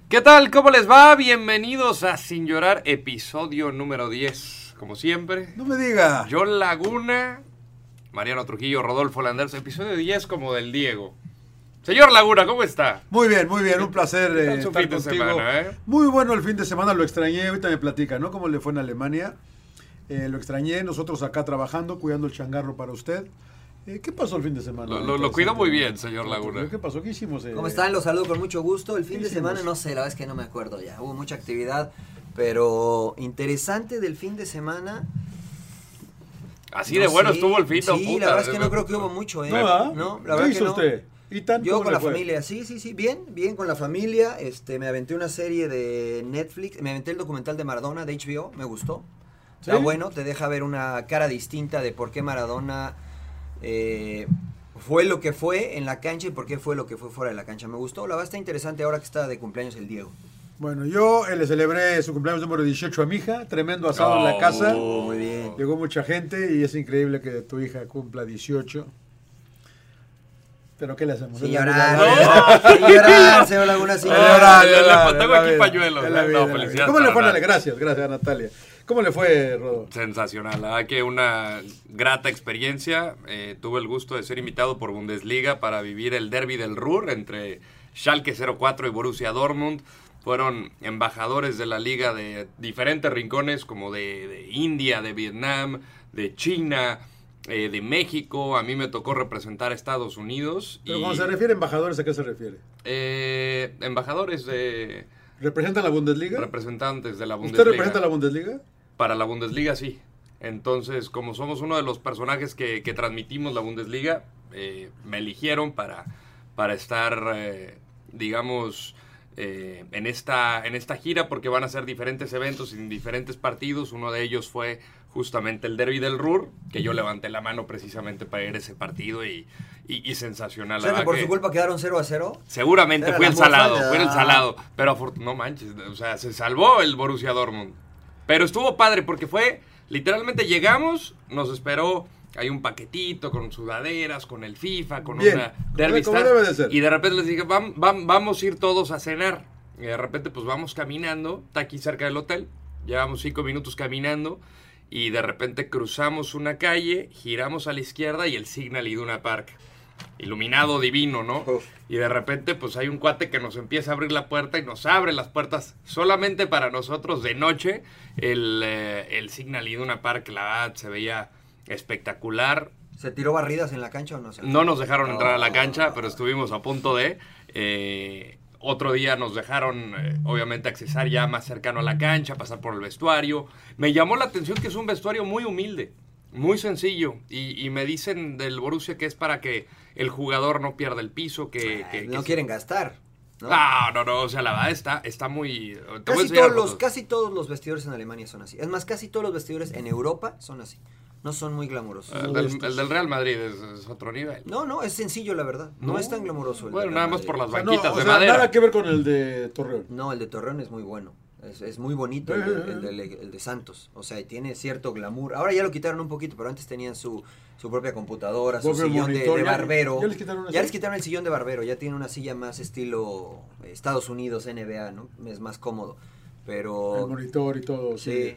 ¿Qué tal? ¿Cómo les va? Bienvenidos a Sin Llorar, episodio número 10. Como siempre, No me diga. John Laguna, Mariano Trujillo, Rodolfo Landers, episodio 10 como del Diego. Señor Laguna, ¿cómo está? Muy bien, un placer ¿Qué tal su estar fin de contigo. semana, Muy bueno el fin de semana, lo extrañé, ahorita me platica, ¿no? ¿Cómo le fue en Alemania? Lo extrañé, nosotros acá trabajando, cuidando el changarro para usted. ¿Qué pasó el fin de semana? Lo cuidó muy bien, señor Laguna. ¿Qué pasó? ¿Qué hicimos? ¿Cómo están? Los saludo con mucho gusto. El fin de semana, no sé, la verdad es que no me acuerdo ya. Hubo mucha actividad, pero interesante del fin de semana. Así de bueno estuvo el fin, Sí, puta, la verdad es que no creo que hubo mucho, ¿eh? No, la verdad ¿qué que hizo no. usted? Yo con la familia, sí, bien con la familia. Me aventé una serie de Netflix, me aventé el documental de Maradona de HBO, me gustó. ¿Sí? Está bueno, te deja ver una cara distinta de por qué Maradona fue lo que fue en la cancha y por qué fue lo que fue fuera de la cancha. Me gustó, la verdad está interesante ahora que está de cumpleaños el Diego. Bueno, yo le celebré su cumpleaños número 18 a mi hija, tremendo asado en la casa. Muy bien. Llegó mucha gente y es increíble que tu hija cumpla 18. ¿Pero qué le hacemos? Sin Es la llorar, vida. sin llorar, señor Laguna, sin llorar. Tengo aquí pañuelos. Es la vida, No, es la vida. felicidades ¿Cómo le para fue, Natalia. Gracias a Natalia. ¿Cómo le fue, Rodo? Sensacional, la verdad que una grata experiencia. Tuve el gusto de ser invitado por Bundesliga para vivir el derbi del Ruhr entre Schalke 04 y Borussia Dortmund. Fueron embajadores de la liga de diferentes rincones como de India, de Vietnam, de China, de México. A mí me tocó representar a Estados Unidos. Pero cuando se refiere a embajadores, ¿a qué se refiere? Embajadores de ¿Representan la Bundesliga? representantes de la Bundesliga. ¿Usted representa la Bundesliga? Para la Bundesliga, sí. Entonces, como somos uno de los personajes que transmitimos la Bundesliga, me eligieron para estar, digamos, en esta gira, porque van a ser diferentes eventos en diferentes partidos. Uno de ellos fue justamente el derbi del Ruhr, que yo levanté la mano precisamente para ir a ese partido y sensacional. O sea, la que por verdad su culpa quedaron 0-0. Seguramente Era fue la el salado, mofa, fue el ah. salado. Pero no manches, o sea, se salvó el Borussia Dortmund. Pero estuvo padre porque fue, literalmente llegamos, nos esperó, hay un paquetito con sudaderas, con el FIFA, con Bien, una como Derby como Star. debe de ser. Y de repente les dije, vamos a ir todos a cenar. Y de repente pues vamos caminando, está aquí cerca del hotel, llevamos 5 minutos caminando. Y de repente cruzamos una calle, giramos a la izquierda y el Signal Iduna Park. Iluminado divino, ¿no? Uf. Y de repente pues hay un cuate que nos empieza a abrir la puerta y nos abre las puertas solamente para nosotros de noche. El Signal Iduna Park, la verdad, se veía espectacular. ¿Se tiró barridas en la cancha o no? No nos dejaron entrar a la cancha, pero estuvimos a punto de... otro día nos dejaron, obviamente, accesar ya más cercano a la cancha, pasar por el vestuario. Me llamó la atención que es un vestuario muy humilde, muy sencillo. Y me dicen del Borussia que es para que el jugador no pierda el piso, que No quieren gastar, ¿no? No, o sea, la verdad está muy... te voy a enseñar fotos. Casi todos los vestidores en Alemania son así. Es más, casi todos los vestidores en Europa son así. No son muy glamurosos. El del Real Madrid es otro nivel. No, es sencillo la verdad. No es tan glamuroso el Bueno, de nada Real más por las Madrid. banquitas de sea, madera. nada que ver con el de Torreón. No, el de Torreón es muy bueno. Es muy bonito el de Santos. O sea, tiene cierto glamour. Ahora ya lo quitaron un poquito, pero antes tenían su propia computadora, su Propio sillón monitor. de barbero. ¿Ya les quitaron eso? Ya les quitaron el sillón de barbero. Ya tiene una silla más estilo Estados Unidos, NBA, ¿no? Es más cómodo. Pero... El monitor y todo. Sí.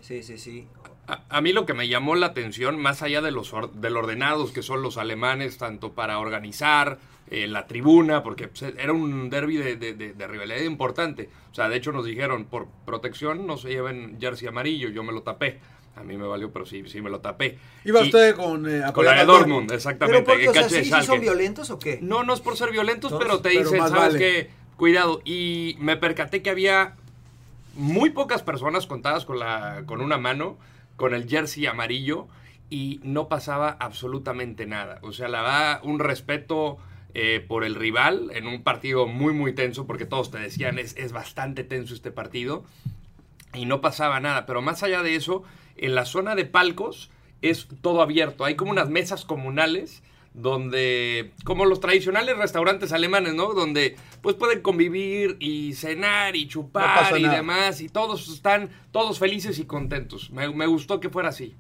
A mí lo que me llamó la atención, más allá de los ordenados que son los alemanes, tanto para organizar la tribuna, porque pues, era un derbi de rivalidad importante. O sea, de hecho nos dijeron, por protección no se lleven jersey amarillo, yo me lo tapé. A mí me valió, pero sí me lo tapé. Iba Y- usted con con la apoyar de a Dortmund, exactamente. Pero porque, o sea, Cache de ¿sí Schalke. son violentos o qué? No es por ser violentos, Entonces, pero te pero dicen, más ¿sabes vale. qué? Cuidado. Y me percaté que había muy pocas personas contadas con una mano, con el jersey amarillo, y no pasaba absolutamente nada. O sea, la verdad, un respeto por el rival en un partido muy, muy tenso, porque todos te decían, es bastante tenso este partido, y no pasaba nada. Pero más allá de eso, en la zona de palcos es todo abierto. Hay como unas mesas comunales donde, como los tradicionales restaurantes alemanes, ¿no? Donde pues pueden convivir y cenar y No chupar pasa y nada. demás, y todos están todos felices y contentos. Me gustó que fuera así.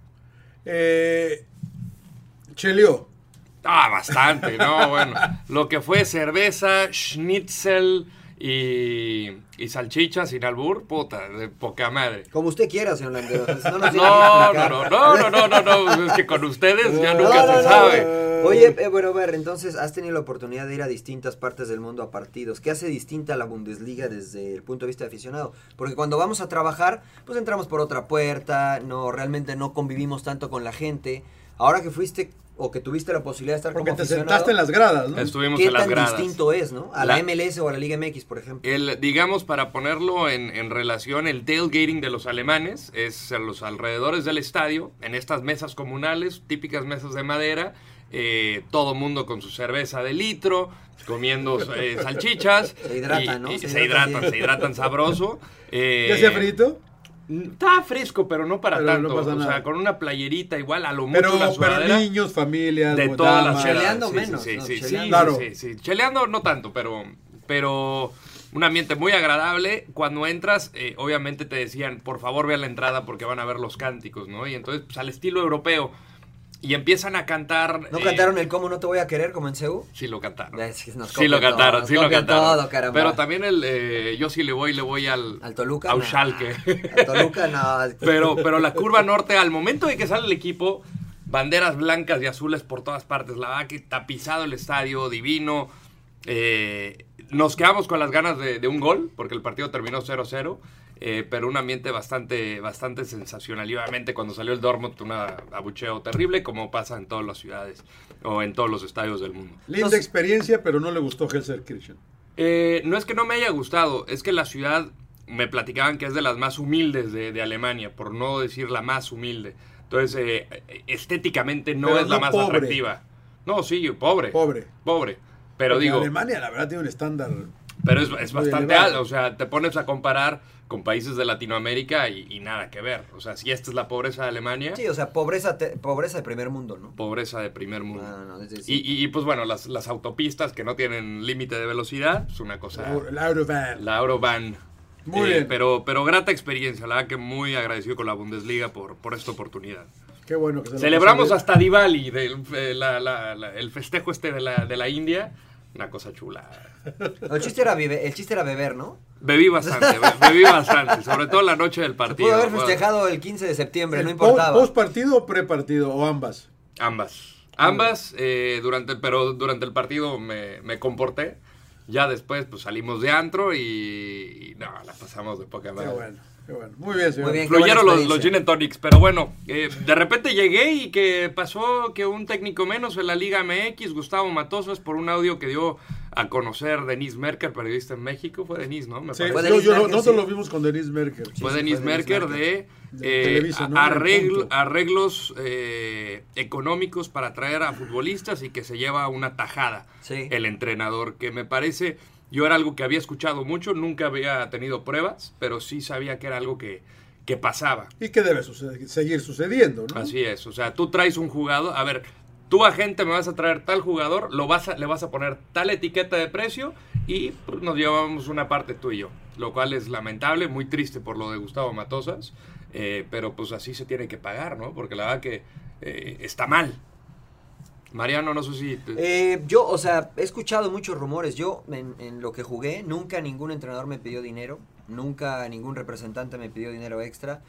Cheleó. Bastante, ¿no? Bueno, lo que fue cerveza, schnitzel y salchicha sin albur, puta, de poca madre. Como usted quiera, señor Landeros. No, nos tiene que No, explicar. es que con ustedes ya nunca se sabe. Oye, bueno, a ver, entonces has tenido la oportunidad de ir a distintas partes del mundo a partidos. ¿Qué hace distinta la Bundesliga desde el punto de vista de aficionado? Porque cuando vamos a trabajar, pues entramos por otra puerta, realmente no convivimos tanto con la gente. Ahora que fuiste o que tuviste la posibilidad de estar porque como te aficionado, sentaste en las gradas, ¿no? Estuvimos ¿qué en las tan gradas. distinto es, no? A la MLS o a la Liga MX, por ejemplo. Digamos, para ponerlo en relación, el tailgating de los alemanes es a los alrededores del estadio, en estas mesas comunales, típicas mesas de madera, todo mundo con su cerveza de litro, comiendo salchichas. Se hidratan, ¿no? Se hidratan sabroso. ¿Ya hacía frito? Está fresco, pero no para Pero tanto. no pasa o sea, nada. con una playerita igual, a lo mucho una Pero sudadera. niños, familias, De todas las damas. Cheleando edades. menos, Sí, ¿no? sí, sí, Cheleando. Claro. sí. Cheleando no tanto, pero un ambiente muy agradable. Cuando entras, obviamente te decían, por favor ve a la entrada porque van a ver los cánticos, ¿no? Y entonces, pues al estilo europeo. Y empiezan a cantar. ¿No cantaron el Cómo no te voy a querer como en CU? Sí lo cantaron. Nos Sí lo copia cantaron, todo, sí lo copia cantaron. todo, caramba. Pero también yo sí le voy al Toluca. al no. Schalke. Al Toluca no. Pero la curva norte, al momento de que sale el equipo, banderas blancas y azules por todas partes. La verdad que tapizado el estadio, divino. Nos quedamos con las ganas de un gol, porque el partido terminó 0-0. Pero un ambiente bastante sensacional. Y obviamente cuando salió el Dortmund, un abucheo terrible, como pasa en todas las ciudades o en todos los estadios del mundo. Linda experiencia, pero no le gustó Gelsenkirchen. No es que no me haya gustado, es que la ciudad me platicaban que es de las más humildes de Alemania, por no decir la más humilde. Entonces, estéticamente no Pero es la no más pobre. atractiva. No, sí, pobre. Pobre. Pero Porque digo, Alemania, la verdad, tiene un estándar. pero es muy bastante elevado. alto. O sea, te pones a comparar con países de Latinoamérica y nada que ver. O sea, si esta es la pobreza de Alemania, Sí, o sea, pobreza de primer mundo, ¿no? pobreza de primer mundo. No, es decir, Y pues bueno, las autopistas que no tienen límite de velocidad, es una cosa... El Autobahn. La Eurobahn. Muy bien. Pero grata experiencia, la verdad que muy agradecido con la Bundesliga por esta oportunidad. Qué bueno que se la Celebramos pasó hasta Diwali, el festejo de la India, una cosa chula. el chiste era beber, ¿no? Bebí bastante, sobre todo la noche del Se partido. pudo haber Bueno, festejado el 15 de septiembre, bien. no importaba. ¿Post partido o pre partido o ambas? Ambas, durante el partido me comporté. Ya después pues salimos de antro y no, la pasamos de poca Qué madre. bueno, qué bueno. Muy bien, señor. Muy bien. Fluyeron buena los experiencia. gin and tonics, pero bueno, de repente llegué y que pasó que un técnico menos en la Liga MX, Gustavo Matosas, por un audio que dio a conocer Denise Merker, periodista en México, fue Denise, ¿no? Me Sí, parece. Fue Denise Merker, nosotros sí. lo vimos con Denise Merker. Sí, Fue sí, Denise fue Denise Merker Merker. De Televisa, ¿no? arreglos económicos para traer a futbolistas y que se lleva una tajada Sí. el entrenador, que me parece, yo era algo que había escuchado mucho, nunca había tenido pruebas, pero sí sabía que era algo que pasaba. Y que debe seguir sucediendo, ¿no? Así es, o sea, tú traes un jugador, a ver, tú agente me vas a traer tal jugador, le vas a poner tal etiqueta de precio y pues, nos llevamos una parte tú y yo, lo cual es lamentable, muy triste por lo de Gustavo Matosas, pero pues así se tiene que pagar, ¿no? Porque la verdad que está mal. Mariano, no sé si... Yo, o sea, he escuchado muchos rumores. Yo, en lo que jugué, nunca ningún entrenador me pidió dinero. Nunca ningún representante me pidió dinero extra.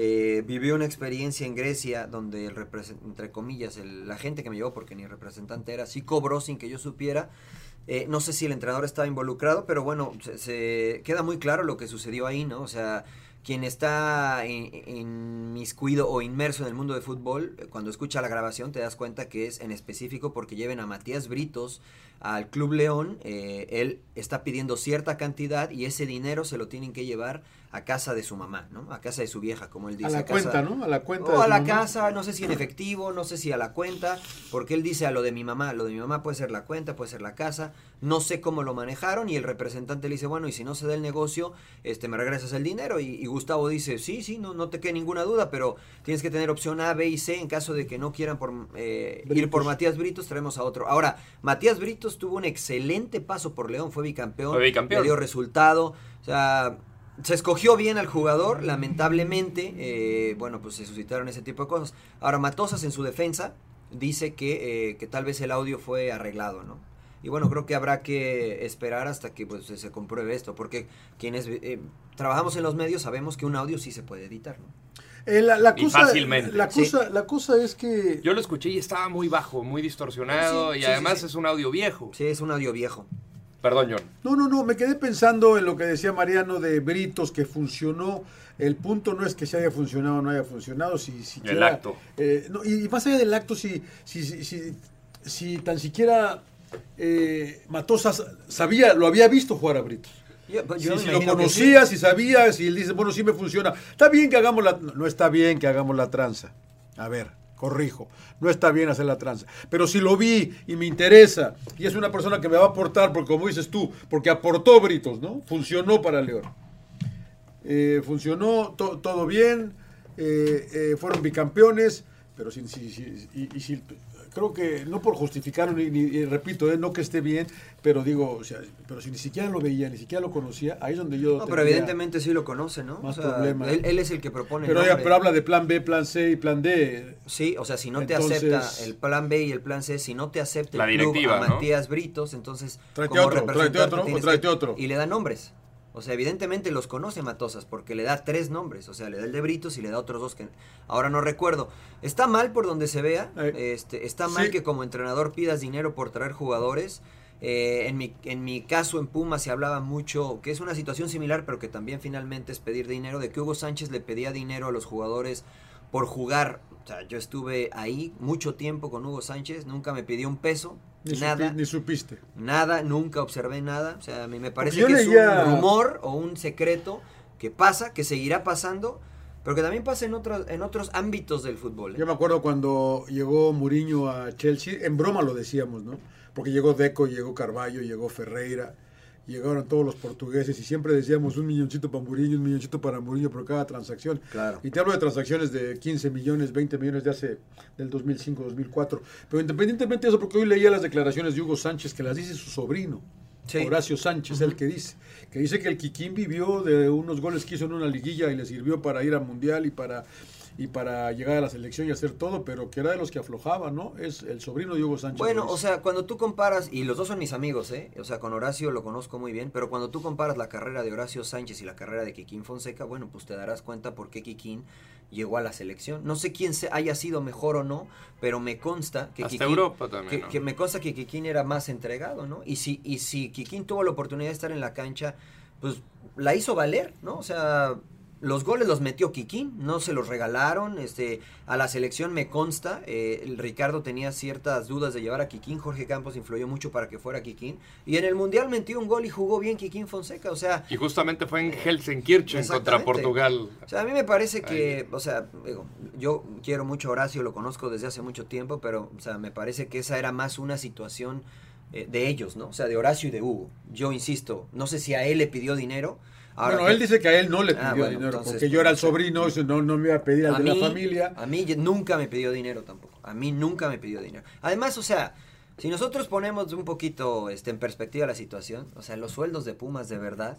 Viví una experiencia en Grecia donde, entre comillas, la gente que me llevó, porque ni representante era, sí cobró sin que yo supiera. No sé si el entrenador estaba involucrado, pero bueno, se queda muy claro lo que sucedió ahí, ¿no? O sea, quien está inmiscuido o inmerso en el mundo de fútbol, cuando escucha la grabación te das cuenta que es en específico porque lleven a Matías Britos al Club León. Él está pidiendo cierta cantidad y ese dinero se lo tienen que llevar a casa de su mamá, ¿no? A casa de su vieja, como él dice. A la cuenta, ¿no? A la cuenta. O de a su la mamá. casa, no sé si en efectivo, no sé si a la cuenta, porque él dice a lo de mi mamá puede ser la cuenta, puede ser la casa, no sé cómo lo manejaron y el representante le dice, bueno, y si no se da el negocio, me regresas el dinero y Gustavo dice, sí, no te quede ninguna duda, pero tienes que tener opción A, B y C en caso de que no quieran ir por Matías Britos, traemos a otro. Ahora, Matías Britos tuvo un excelente paso por León, fue bicampeón, le dio resultado, o sea... Se escogió bien al jugador, lamentablemente, pues se suscitaron ese tipo de cosas. Ahora, Matosas en su defensa dice que tal vez el audio fue arreglado, ¿no? Y bueno, creo que habrá que esperar hasta que pues se compruebe esto, porque quienes trabajamos en los medios sabemos que un audio sí se puede editar, ¿no? Y fácilmente. La cosa es que... Yo lo escuché y estaba muy bajo, muy distorsionado, y además es un audio viejo. Sí, es un audio viejo. Perdón, John. No, me quedé pensando en lo que decía Mariano de Britos, que funcionó. El punto no es que se haya funcionado o no haya funcionado, si siquiera... El acto. No, y más allá del acto, si tan siquiera Matosas lo había visto jugar a Britos. Si lo conocía, si sabía, si él dice, bueno, sí me funciona. Está bien que hagamos no está bien que hagamos la tranza. A ver, corrijo, no está bien hacer la tranza. Pero si lo vi y me interesa, y es una persona que me va a aportar, porque como dices tú, porque aportó Britos, ¿no? Funcionó para León. Funcionó todo bien, fueron bicampeones, pero creo que no por justificarlo, ni repito, no que esté bien, pero digo, o sea, pero si ni siquiera lo veía, ni siquiera lo conocía, ahí es donde yo... No, pero evidentemente sí lo conoce, ¿no? Más o sea, problema. Él es el que propone pero, pero habla de plan B, plan C y plan D. Sí, o sea, si no entonces, te acepta el plan B y el plan C, si no te acepta la el club directiva, a Matías Britos, entonces... Tráete otro. Y le da nombres. O sea, evidentemente los conoce Matosas porque le da 3 nombres. O sea, le da el de Britos y le da otros 2 que ahora no recuerdo. Está mal por donde se vea. Está mal que como entrenador pidas dinero por traer jugadores. En mi caso en Pumas se hablaba mucho, que es una situación similar, pero que también finalmente es pedir dinero, de que Hugo Sánchez le pedía dinero a los jugadores por jugar. O sea, yo estuve ahí mucho tiempo con Hugo Sánchez, nunca me pidió un peso. Ni supiste. Nada, nunca observé nada. O sea, a mí me parece que es un rumor o un secreto que pasa, que seguirá pasando, pero que también pasa en otros ámbitos del fútbol. Yo me acuerdo cuando llegó Mourinho a Chelsea, en broma lo decíamos, ¿no? Porque llegó Deco, llegó Carvalho, llegó Ferreira, llegaron todos los portugueses y siempre decíamos 1 milloncito para Mourinho, 1 milloncito para Mourinho por cada transacción. Claro. Y te hablo de transacciones de 15 millones, 20 millones del 2005, 2004. Pero independientemente de eso, porque hoy leía las declaraciones de Hugo Sánchez, que las dice su sobrino, sí. Horacio Sánchez, el que dice que el Kikín vivió de unos goles que hizo en una liguilla y le sirvió para ir al Mundial y para llegar a la selección y hacer todo, pero que era de los que aflojaba, ¿no? Es el sobrino de Hugo Sánchez. Bueno, o sea, cuando tú comparas, y los dos son mis amigos, o sea, con Horacio lo conozco muy bien, pero cuando tú comparas la carrera de Horacio Sánchez y la carrera de Kikín Fonseca, bueno, pues te darás cuenta por qué Kikín llegó a la selección. No sé quién haya sido mejor o no, pero me consta que hasta Europa también, ¿no? que me consta que Kikín era más entregado, ¿no? Y si Kikín tuvo la oportunidad de estar en la cancha, pues la hizo valer, ¿no? O sea, los goles los metió Kikín, no se los regalaron. A la selección me consta, el Ricardo tenía ciertas dudas de llevar a Kikín, Jorge Campos influyó mucho para que fuera Kikín, y en el Mundial metió un gol y jugó bien Kikín Fonseca, o sea... Y justamente fue en Helsenkirchen contra Portugal. O sea, a mí me parece que, o sea, digo, yo quiero mucho a Horacio, lo conozco desde hace mucho tiempo, pero, o sea, me parece que esa era más una situación de ellos, ¿no? O sea, de Horacio y de Hugo. Yo insisto, no sé si a él le pidió dinero. Ahora, bueno, él dice que a él no le pidió dinero, entonces, porque yo era el sobrino, no me iba a pedir al de la familia. A mí nunca me pidió dinero tampoco, a mí nunca me pidió dinero. Además, o sea, si nosotros ponemos un poquito en perspectiva la situación, o sea, los sueldos de Pumas de verdad,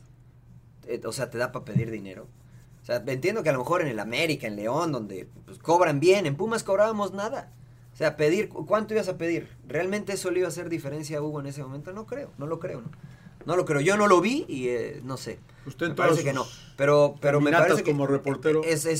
o sea, te da para pedir dinero. O sea, entiendo que a lo mejor en el América, en León, donde pues, cobran bien, en Pumas cobrábamos nada. O sea, ¿cuánto ibas a pedir? ¿Realmente eso le iba a hacer diferencia a Hugo en ese momento? No lo creo, ¿no? No lo creo, yo no lo vi y no sé. Usted me parece que no, pero me parece que como reportero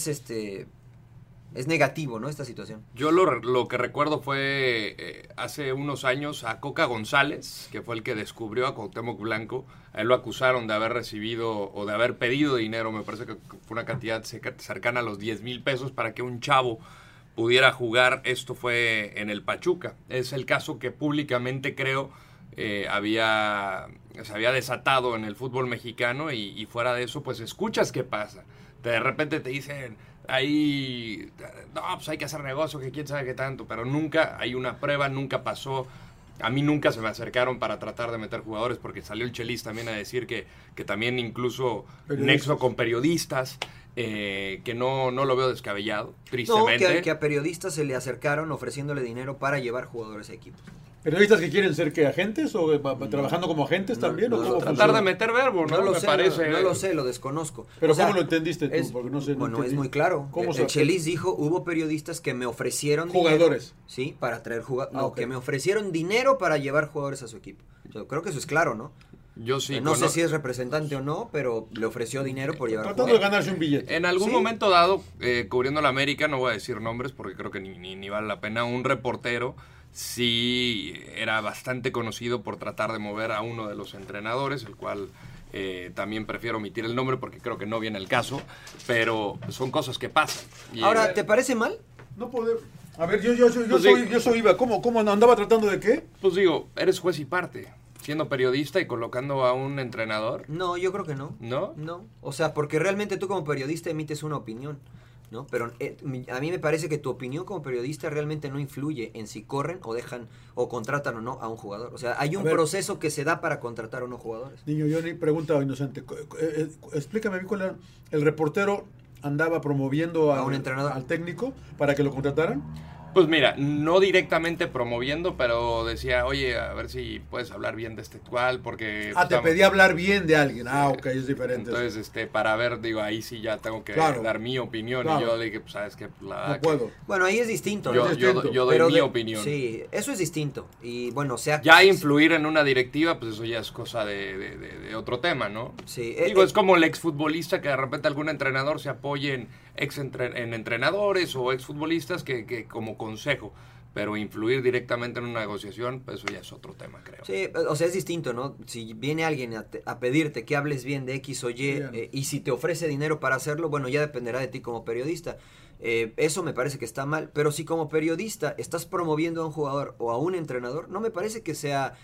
es negativo, ¿no? Esta situación. Yo lo que recuerdo fue hace unos años a Coca González, que fue el que descubrió a Cuauhtémoc Blanco. A él lo acusaron de haber recibido o de haber pedido dinero, me parece que fue una cantidad cercana a los 10,000 pesos para que un chavo pudiera jugar. Esto fue en el Pachuca. Es el caso que públicamente creo se había desatado en el fútbol mexicano y fuera de eso, pues escuchas qué pasa. De repente te dicen, ahí, no, pues hay que hacer negocio, que quién sabe qué tanto, pero nunca hay una prueba, nunca pasó. A mí nunca se me acercaron para tratar de meter jugadores, porque salió el Chelis también a decir que también incluso nexo con periodistas, que no lo veo descabellado, tristemente. No, que a periodistas se le acercaron ofreciéndole dinero para llevar jugadores a equipos. ¿Periodistas que quieren ser que agentes o trabajando como agentes también? ¿O cómo tratar de meter verbo, ¿no? Me parece. No lo sé, lo desconozco. Pero ¿cómo lo entendiste tú? Porque no sé, bueno, es muy claro. El Chelis dijo, hubo periodistas que me ofrecieron jugadores. Dinero, sí, para traer jugadores. Que me ofrecieron dinero para llevar jugadores a su equipo. Yo creo que eso es claro, ¿no? Yo sí. No sé si es representante o no, pero le ofreció dinero por llevar tratando de ganarse un billete. En algún momento dado, cubriendo la América, no voy a decir nombres porque creo que ni vale la pena, un reportero sí era bastante conocido por tratar de mover a uno de los entrenadores, el cual también prefiero omitir el nombre porque creo que no viene el caso, pero son cosas que pasan. Ahora, ¿te parece mal? No poder... A ver, yo soy Iba. ¿Cómo andaba tratando de qué? Pues digo, eres juez y parte. Siendo periodista y colocando a un entrenador. No, yo creo que no. ¿No? No. O sea, porque realmente tú como periodista emites una opinión, ¿no? Pero a mí me parece que tu opinión como periodista realmente no influye en si corren o dejan o contratan o no a un jugador. O sea, hay un proceso que se da para contratar o no jugadores. Niño, yo ni pregunta inocente. Explícame bien cuál era. ¿El reportero andaba promoviendo a un entrenador, al técnico para que lo contrataran? Pues mira, no directamente promoviendo, pero decía, oye, a ver si puedes hablar bien de este cual, porque... te pedía hablar bien de alguien. Ok, es diferente. Entonces, para ver, digo, ahí sí ya tengo que dar mi opinión. Claro. Y yo dije, pues, sabes que no puedo. Bueno, ahí es distinto. Yo doy mi opinión. Sí, eso es distinto. Y bueno, ya influir en una directiva, pues eso ya es cosa de otro tema, ¿no? Sí. Digo, es como el exfutbolista que de repente algún entrenador se apoye en entrenadores o exfutbolistas que como consejo, pero influir directamente en una negociación, pues eso ya es otro tema, creo. Sí, o sea, es distinto, ¿no? Si viene alguien a pedirte que hables bien de X o Y, y si te ofrece dinero para hacerlo, bueno, ya dependerá de ti como periodista. Eso me parece que está mal, pero si como periodista estás promoviendo a un jugador o a un entrenador, no me parece que sea,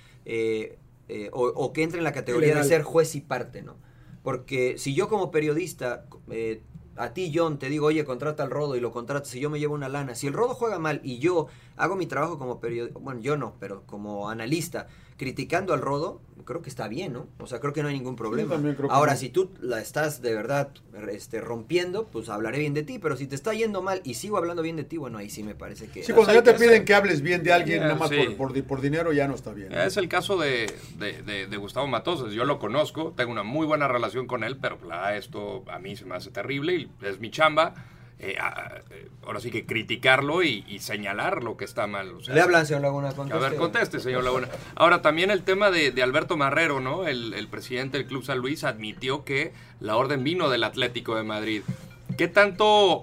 o que entre en la categoría de ser juez y parte, ¿no? Porque si yo como periodista... a ti, John, te digo, oye, contrata al Rodo y lo contratas y yo me llevo una lana. Si el Rodo juega mal y yo hago mi trabajo como periodista, bueno, yo no, pero como analista, criticando al Rodo, creo que está bien, ¿no? O sea, creo que no hay ningún problema. Ahora, si tú la estás de verdad rompiendo, pues hablaré bien de ti, pero si te está yendo mal y sigo hablando bien de ti, bueno, ahí sí me parece que... Sí, cuando ya te piden que hables bien de alguien, nada más por dinero, ya no está bien. Es el caso de Gustavo Matosas. Yo lo conozco, tengo una muy buena relación con él, pero esto a mí se me hace terrible y es mi chamba. Ahora sí que criticarlo y señalar lo que está mal. O sea, le hablan, señor Laguna, conteste. A ver, conteste, señor Laguna. Ahora, también el tema de Alberto Marrero, ¿no? El presidente del Club San Luis admitió que la orden vino del Atlético de Madrid. ¿Qué tanto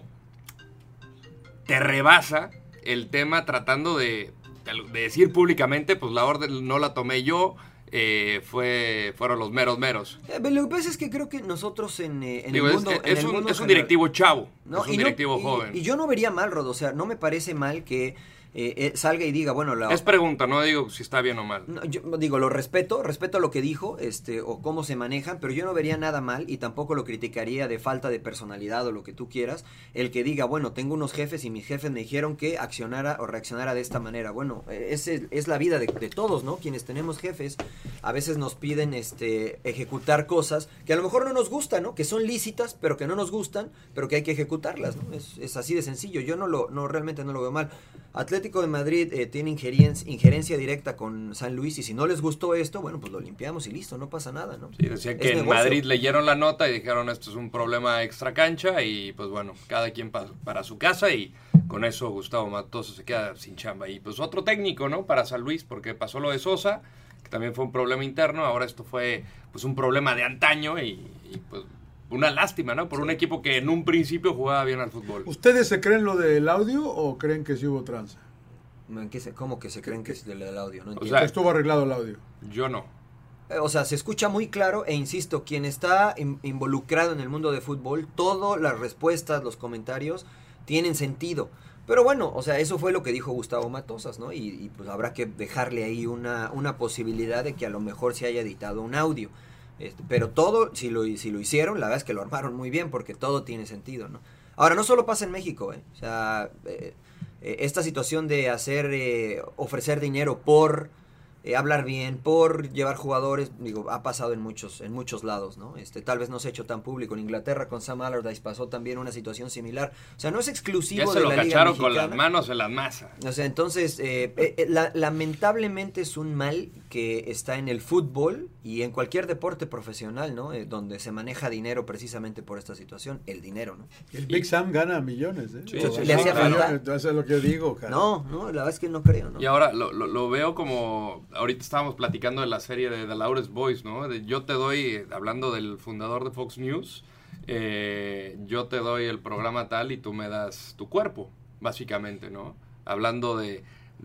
te rebasa el tema tratando de decir públicamente, pues la orden no la tomé yo, fueron los meros? Lo que pasa es que creo que nosotros en el mundo... Es un directivo chavo, ¿no? Es un directivo joven. Y yo no vería mal, Rodo, o sea, no me parece mal que salga y diga, bueno... Es pregunta, no digo si está bien o mal. No, yo digo, lo respeto lo que dijo, o cómo se manejan, pero yo no vería nada mal y tampoco lo criticaría de falta de personalidad o lo que tú quieras, el que diga, bueno, tengo unos jefes y mis jefes me dijeron que accionara o reaccionara de esta manera. Bueno, es la vida de todos, ¿no? Quienes tenemos jefes, a veces nos piden ejecutar cosas que a lo mejor no nos gustan, ¿no? Que son lícitas, pero que no nos gustan, pero que hay que ejecutarlas, ¿no? Es así de sencillo. Yo realmente no lo veo mal. Atlético de Madrid tiene injerencia directa con San Luis y si no les gustó esto, bueno, pues lo limpiamos y listo, no pasa nada, ¿no? Sí, decían que en Madrid leyeron la nota y dijeron esto es un problema extra cancha y pues bueno, cada quien para su casa y con eso Gustavo Matosas se queda sin chamba. Y pues otro técnico, ¿no? Para San Luis, porque pasó lo de Sosa, que también fue un problema interno, ahora esto fue pues un problema de antaño y pues... Una lástima, ¿no? Por un equipo que en un principio jugaba bien al fútbol. ¿Ustedes se creen lo del audio o creen que sí hubo trance? ¿Cómo que se creen que es del audio? No entiendo. O sea, ¿estuvo arreglado el audio? Yo no. O sea, se escucha muy claro e insisto, quien está involucrado en el mundo de fútbol, todas las respuestas, los comentarios tienen sentido. Pero bueno, o sea, eso fue lo que dijo Gustavo Matosas, ¿no? Y pues habrá que dejarle ahí una posibilidad de que a lo mejor se haya editado un audio. Pero todo, si lo hicieron, la verdad es que lo armaron muy bien porque todo tiene sentido, ¿no? Ahora, no solo pasa en México, o sea, esta situación de ofrecer dinero por hablar bien, por llevar jugadores, digo, ha pasado en muchos lados, ¿no? Tal vez no se ha hecho tan público. En Inglaterra con Sam Allardyce pasó también una situación similar. O sea, no es exclusivo de la Liga Mexicana. Ya se lo cacharon con las manos en las masas. O sea, entonces, lamentablemente es un mal que está en el fútbol y en cualquier deporte profesional, ¿no? Donde se maneja dinero precisamente por esta situación, el dinero, ¿no? El Big Sam gana millones, ¿eh? Sí, le hacía falta. Eso es lo que yo digo, cara. No, la verdad es que no creo, ¿no? Y ahora lo veo como, ahorita estábamos platicando de la serie de The Loudest Voice, ¿no? Yo te doy, hablando del fundador de Fox News, yo te doy el programa tal y tú me das tu cuerpo, básicamente, ¿no? Hablando de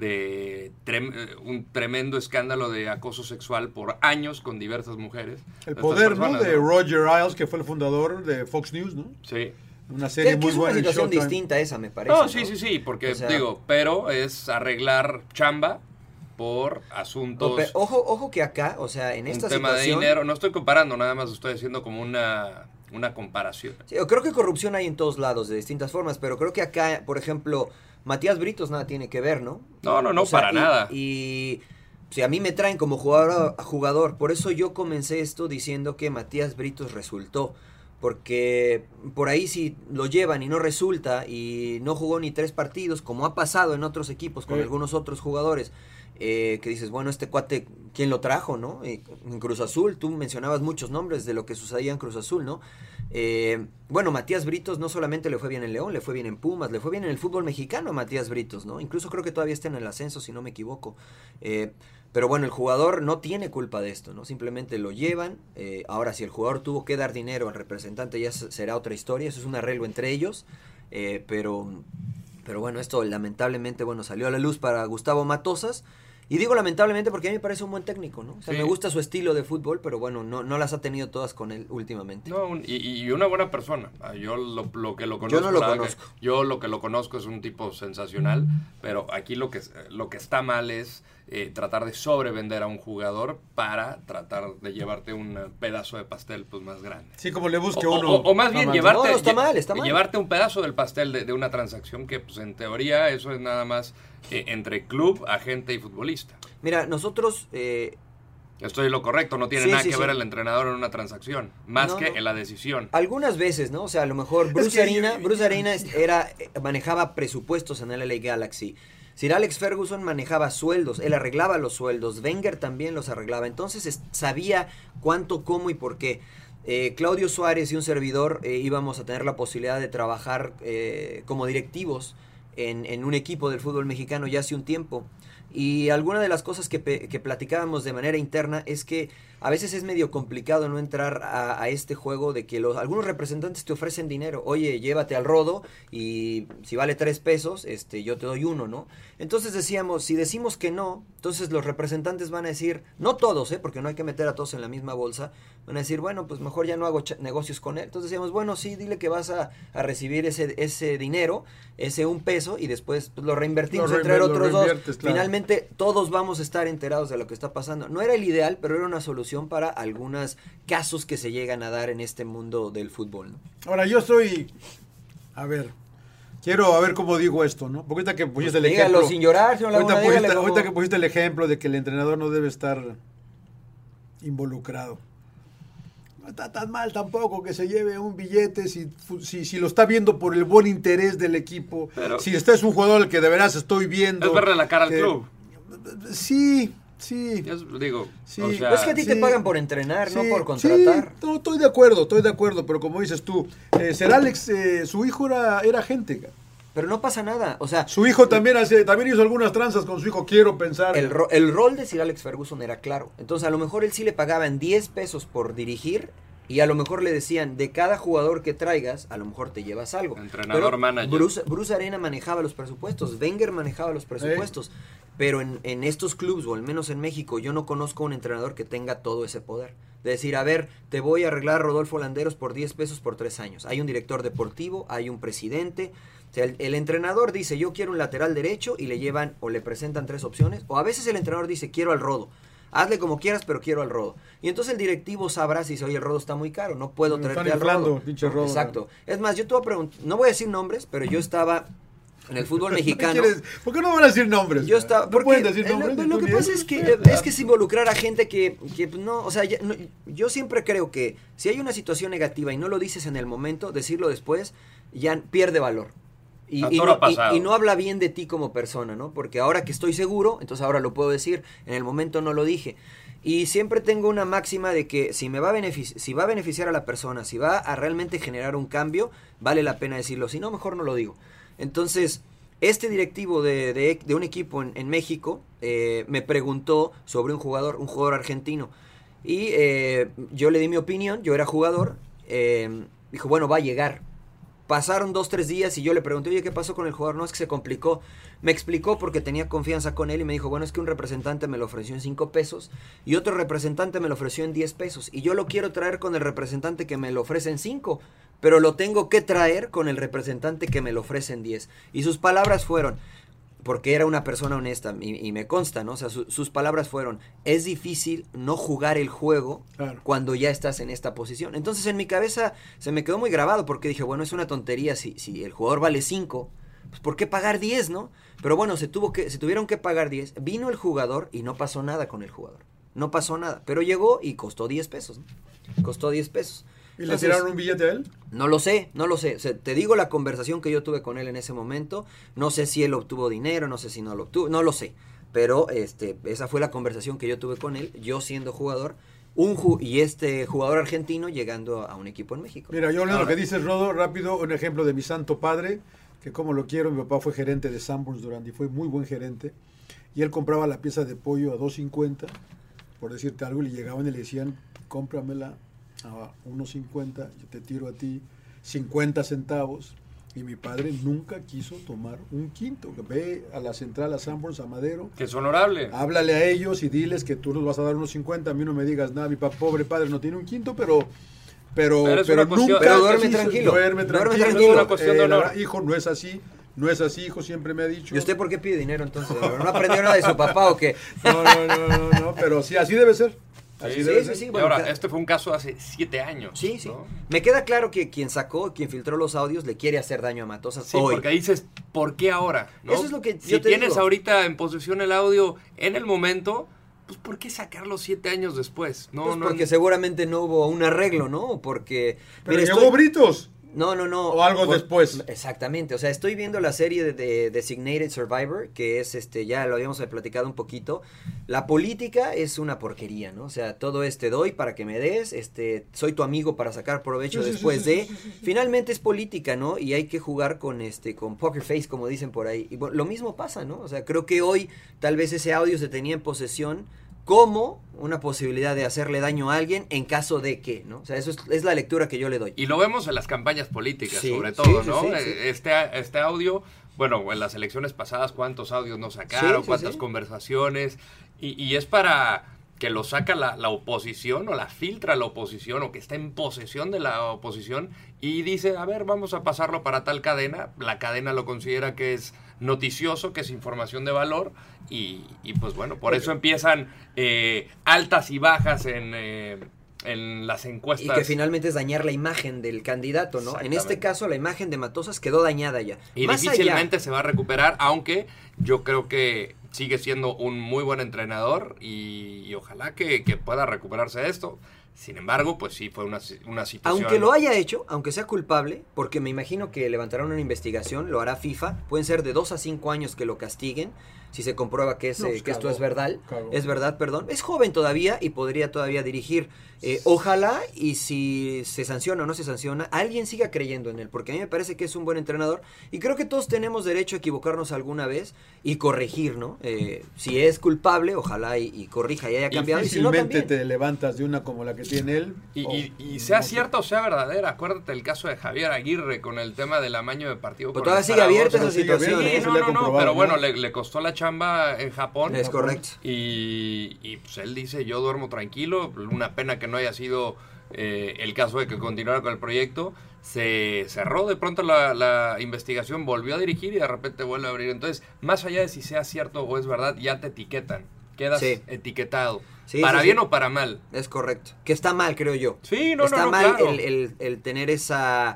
un tremendo escándalo de acoso sexual por años con diversas mujeres. El poder, ¿no? De Roger Ailes, que fue el fundador de Fox News, ¿no? Sí. Una serie muy buena. Es una situación distinta esa, me parece. No, sí, porque, o sea, pero es arreglar chamba por asuntos... Ojo que acá, o sea, en esta situación... Un tema de dinero, no estoy comparando, nada más estoy haciendo como una comparación. Sí, yo creo que corrupción hay en todos lados, de distintas formas, pero creo que acá, por ejemplo, Matías Britos nada tiene que ver, ¿no? No, o sea, para nada. Y o sea, a mí me traen como jugador, por eso yo comencé esto diciendo que Matías Britos resultó. Porque por ahí si lo llevan y no resulta y no jugó ni 3 partidos, como ha pasado en otros equipos con algunos otros jugadores, que dices, bueno, este cuate, ¿quién lo trajo, no? En Cruz Azul, tú mencionabas muchos nombres de lo que sucedía en Cruz Azul, ¿no? Bueno, Matías Britos no solamente le fue bien en León, le fue bien en Pumas, le fue bien en el fútbol mexicano Matías Britos, ¿no? Incluso creo que todavía está en el ascenso, si no me equivoco. Pero bueno, el jugador no tiene culpa de esto, ¿no? Simplemente lo llevan. Ahora, si el jugador tuvo que dar dinero al representante, ya será otra historia. Eso es un arreglo entre ellos. Pero bueno, esto lamentablemente, bueno, salió a la luz para Gustavo Matosas. Y digo lamentablemente porque a mí me parece un buen técnico, ¿no? O sea, sí, me gusta su estilo de fútbol, pero bueno, no las ha tenido todas con él últimamente. No, y una buena persona. Yo lo que lo conozco... Yo no lo conozco. Yo lo que lo conozco es un tipo sensacional, pero aquí lo que está mal es tratar de sobrevender a un jugador para tratar de llevarte un pedazo de pastel pues más grande. Sí, como le busque uno. O más bien llevarte... No, está mal. Llevarte un pedazo del pastel de una transacción que pues en teoría eso es nada más entre club, agente y futbolista. Mira, nosotros... Estoy lo correcto, no tiene nada que ver el entrenador en una transacción, más que en la decisión. Algunas veces, ¿no? O sea, a lo mejor Bruce Arena manejaba presupuestos en el LA Galaxy. Sir Alex Ferguson manejaba sueldos, él arreglaba los sueldos, Wenger también los arreglaba, entonces sabía cuánto, cómo y por qué. Claudio Suárez y un servidor íbamos a tener la posibilidad de trabajar como directivos en un equipo del fútbol mexicano ya hace un tiempo. Y alguna de las cosas que platicábamos de manera interna es que a veces es medio complicado no entrar a este juego de que algunos representantes te ofrecen dinero. Oye, llévate al Rodo y si vale 3 pesos, yo te doy 1, ¿no? Entonces decíamos, si decimos que no, entonces los representantes van a decir, no todos, porque no hay que meter a todos en la misma bolsa, van a decir, bueno, pues mejor ya no hago negocios con él. Entonces decíamos, bueno, sí, dile que vas a recibir ese dinero, ese 1 peso, y después pues, lo reinvertimos entre otros 2. Claro. Finalmente, todos vamos a estar enterados de lo que está pasando. No era el ideal, pero era una solución para algunos casos que se llegan a dar en este mundo del fútbol, ¿no? Ahora, yo soy... A ver, quiero a ver cómo digo esto, ¿no? Porque ahorita que pusiste el ejemplo... sin llorar, señor Laguna, ahorita que pusiste el ejemplo de que el entrenador no debe estar involucrado. No está tan mal tampoco que se lleve un billete si lo está viendo por el buen interés del equipo. Pero, si este es un jugador al que de veras estoy viendo... Es verle la cara al club. Sí. Yo digo, sí. O sea, es que a ti te pagan por entrenar, no por contratar. Sí, no, estoy de acuerdo, pero como dices tú, Sir Alex, su hijo era gente. Pero no pasa nada, o sea... Su hijo también hizo algunas tranzas con su hijo, quiero pensar. El rol de Sir Alex Ferguson era claro. Entonces, a lo mejor él sí le pagaban 10 pesos por dirigir y a lo mejor le decían, de cada jugador que traigas, a lo mejor te llevas algo. Entrenador, manager. Bruce Arena manejaba los presupuestos, Wenger manejaba los presupuestos. Pero en estos clubes, o al menos en México, yo no conozco un entrenador que tenga todo ese poder. De decir, a ver, te voy a arreglar a Rodolfo Landeros por 10 pesos por 3 años. Hay un director deportivo, hay un presidente. O sea, el entrenador dice, yo quiero un lateral derecho, y le llevan o le presentan 3 opciones. O a veces el entrenador dice, quiero al Rodo. Hazle como quieras, pero quiero al Rodo. Y entonces el directivo sabrá si dice, oye, el Rodo está muy caro, no puedo traerte al Rodo. Rodo. Exacto. Es más, yo te voy a preguntar, no voy a decir nombres, pero yo estaba En el fútbol mexicano. ¿Por qué no van a decir nombres? Yo estaba, ¿No pueden decir nombres? Lo que pasa es que es involucrar a gente que no, o sea, yo siempre creo que si hay una situación negativa y no lo dices en el momento, decirlo después ya pierde valor. Y no habla bien de ti como persona, ¿no? Porque ahora que estoy seguro, entonces ahora lo puedo decir, en el momento no lo dije. Y siempre tengo una máxima de que si va a beneficiar a la persona, si va a realmente generar un cambio, vale la pena decirlo. Si no, mejor no lo digo. Entonces, este directivo de un equipo en México me preguntó sobre un jugador argentino. Y yo le di mi opinión, yo era jugador. Dijo, bueno, va a llegar. Pasaron 2-3 días y yo le pregunté, oye, ¿qué pasó con el jugador? No, es que se complicó. Me explicó porque tenía confianza con él y me dijo, bueno, es que un representante me lo ofreció en 5 pesos y otro representante me lo ofreció en 10 pesos. Y yo lo quiero traer con el representante que me lo ofrece en 5, pero lo tengo que traer con el representante que me lo ofrece en 10. Y sus palabras fueron, porque era una persona honesta y me consta, ¿no? O sea, sus palabras fueron, es difícil no jugar el juego cuando ya estás en esta posición. Entonces en mi cabeza se me quedó muy grabado porque dije, bueno, es una tontería si el jugador vale 5, pues ¿por qué pagar 10, no? Pero bueno, se tuvieron que pagar 10, vino el jugador y no pasó nada con el jugador. No pasó nada, pero llegó y costó 10 pesos, ¿no? Costó 10 pesos. ¿Y le tiraron un billete a él? No lo sé. O sea, te digo la conversación que yo tuve con él en ese momento. No sé si él obtuvo dinero, no sé si no lo obtuvo, no lo sé. Pero esa fue la conversación que yo tuve con él, yo siendo jugador, y este jugador argentino llegando a un equipo en México. Mira, yo lo que dices, Rodo, rápido, un ejemplo de mi santo padre, que como lo quiero, mi papá fue gerente de Sanborns Durante y fue muy buen gerente, y él compraba la pieza de pollo a $2.50, por decirte algo, y le llegaban y le decían, cómpramela a 1.50, yo te tiro a ti 50 centavos, y mi padre nunca quiso tomar un quinto. Ve a la central, a Sanborns, a Madero, que es honorable, háblale a ellos y diles que tú nos vas a dar 1.50, a mí no me digas nada, mi pobre padre no tiene un quinto, pero nunca duerme tranquilo. Es una cuestión de honor. Hijo, no es así, hijo, siempre me ha dicho. ¿Y usted por qué pide dinero entonces? ¿No aprendió nada de su papá o qué? No, pero sí, así debe ser. Sí. Bueno, y ahora, este fue un caso hace 7 años. Sí. ¿no? Me queda claro que quien filtró los audios, le quiere hacer daño a Matosas hoy. Porque dices, ¿por qué ahora? ¿no? Eso es lo que si tienes ahorita en posesión el audio en el momento, pues ¿por qué sacarlo 7 años después? Porque seguramente no hubo un arreglo, ¿no? Porque... Pero llegó Britos. No. O algo después. Exactamente. O sea, estoy viendo la serie de Designated Survivor, que es, ya lo habíamos platicado un poquito. La política es una porquería, ¿no? O sea, todo doy para que me des, soy tu amigo para sacar provecho después de... Finalmente es política, ¿no? Y hay que jugar con poker face, como dicen por ahí. Y bueno, lo mismo pasa, ¿no? O sea, creo que hoy tal vez ese audio se tenía en posesión como una posibilidad de hacerle daño a alguien en caso de que, ¿no? O sea, eso es la lectura que yo le doy. Y lo vemos en las campañas políticas, sobre todo, ¿no? Sí. Este audio, bueno, en las elecciones pasadas, ¿cuántos audios nos sacaron? ¿Cuántas conversaciones? Y es para que lo saca la oposición o la filtra la oposición o que está en posesión de la oposición y dice, a ver, vamos a pasarlo para tal cadena. La cadena lo considera que es noticioso, que es información de valor y pues bueno, por eso empiezan altas y bajas en las encuestas. Y que finalmente es dañar la imagen del candidato, ¿no? En este caso la imagen de Matosas quedó dañada ya. Y más difícilmente se va a recuperar, aunque yo creo que sigue siendo un muy buen entrenador y ojalá que pueda recuperarse de esto. Sin embargo, pues sí fue una situación... Aunque lo haya hecho, aunque sea culpable, porque me imagino que levantarán una investigación, lo hará FIFA, pueden ser de 2 a 5 años que lo castiguen, si se comprueba que esto es verdad. Es verdad, perdón. Es joven todavía y podría todavía dirigir. Ojalá y si se sanciona o no se sanciona, alguien siga creyendo en él, porque a mí me parece que es un buen entrenador y creo que todos tenemos derecho a equivocarnos alguna vez y corregir, ¿no? Si es culpable, ojalá y corrija y haya cambiado. Difícilmente y si no, te levantas de una como la que tiene él. Y sea cierta o sea verdadera. Acuérdate el caso de Javier Aguirre con el tema del amaño de partido. Pero todavía sigue abierta esa situación. No, pero bueno, le costó la chamba en Japón. Es correcto. Y pues él dice, yo duermo tranquilo, una pena que no haya sido el caso de que continuara con el proyecto. Se cerró de pronto la investigación, volvió a dirigir y de repente vuelve a abrir. Entonces, más allá de si sea cierto o es verdad, ya te etiquetan, quedas etiquetado. Para bien o para mal. Es correcto. Que está mal, creo yo. Sí, está mal claro. el tener esa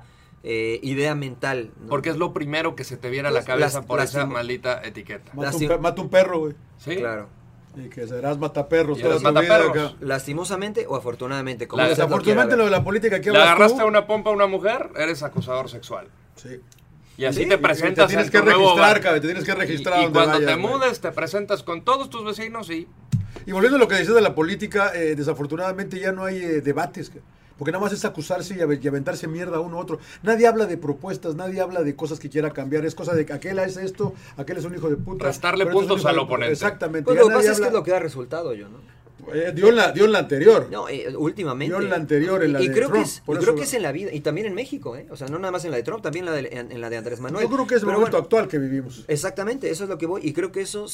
idea mental, ¿no? Porque es lo primero que se te viene a la cabeza por esa maldita etiqueta. Mata un perro, güey. Sí. Claro. Y que serás mataperros toda tu vida. Lastimosamente o afortunadamente. Como desafortunadamente lo de la política que le agarraste a una pompa a una mujer, eres acosador sexual. Sí. Y así te presentas. Te tienes que registrar, cabrón. Te tienes que registrar. Y cuando te mudes, te presentas con todos tus vecinos y... Y volviendo a lo que decías de la política, desafortunadamente ya no hay debates. Porque nada más es acusarse y aventarse mierda a uno a otro. Nadie habla de propuestas, nadie habla de cosas que quiera cambiar. Es cosa de que aquel es esto, aquel es un hijo de puta. Restarle puntos al oponente. Exactamente. Pues lo que pasa es que es lo que da resultado, ¿no? Dio en la anterior. No, últimamente. Dio en la anterior, en la de creo Trump. Creo que es en la vida, y también en México, O sea, no nada más en la de Trump, también en la de Andrés Manuel. Yo creo que es el momento actual que vivimos. Exactamente, eso es lo que voy, y creo que eso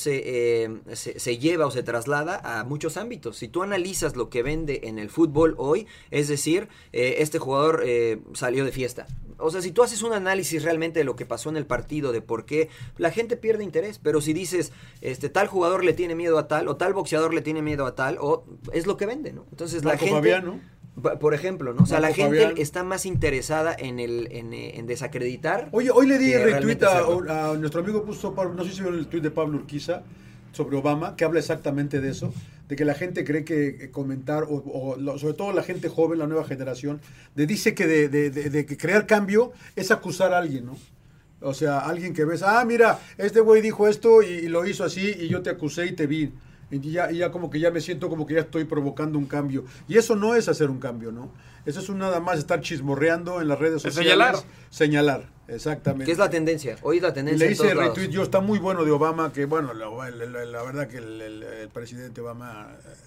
se lleva o se traslada a muchos ámbitos. Si tú analizas lo que vende en el fútbol hoy, es decir, este jugador salió de fiesta. O sea, si tú haces un análisis realmente de lo que pasó en el partido, de por qué la gente pierde interés, pero si dices, tal jugador le tiene miedo a tal, o tal boxeador le tiene miedo a tal, o es lo que vende, ¿no? Entonces Marco la gente, Fabián, ¿no? Por ejemplo, ¿no? O sea, Marco la gente Fabián está más interesada en desacreditar. Oye, hoy le di retweet a nuestro amigo puso, no sé si vio el tweet de Pablo Urquiza sobre Obama, que habla exactamente de eso, de que la gente cree que comentar, sobre todo la gente joven, la nueva generación, dice que de que crear cambio es acusar a alguien, ¿no? O sea, alguien que ves, mira, este güey dijo esto y lo hizo así y yo te acusé y te vi. Y ya como que ya me siento como que ya estoy provocando un cambio. Y eso no es hacer un cambio, ¿no? Eso es nada más estar chismorreando en las redes sociales. Señalar, exactamente. ¿Qué es la tendencia? Hoy es la tendencia. Y le hice retweet yo, está muy bueno de Obama, que bueno, la verdad que el presidente Obama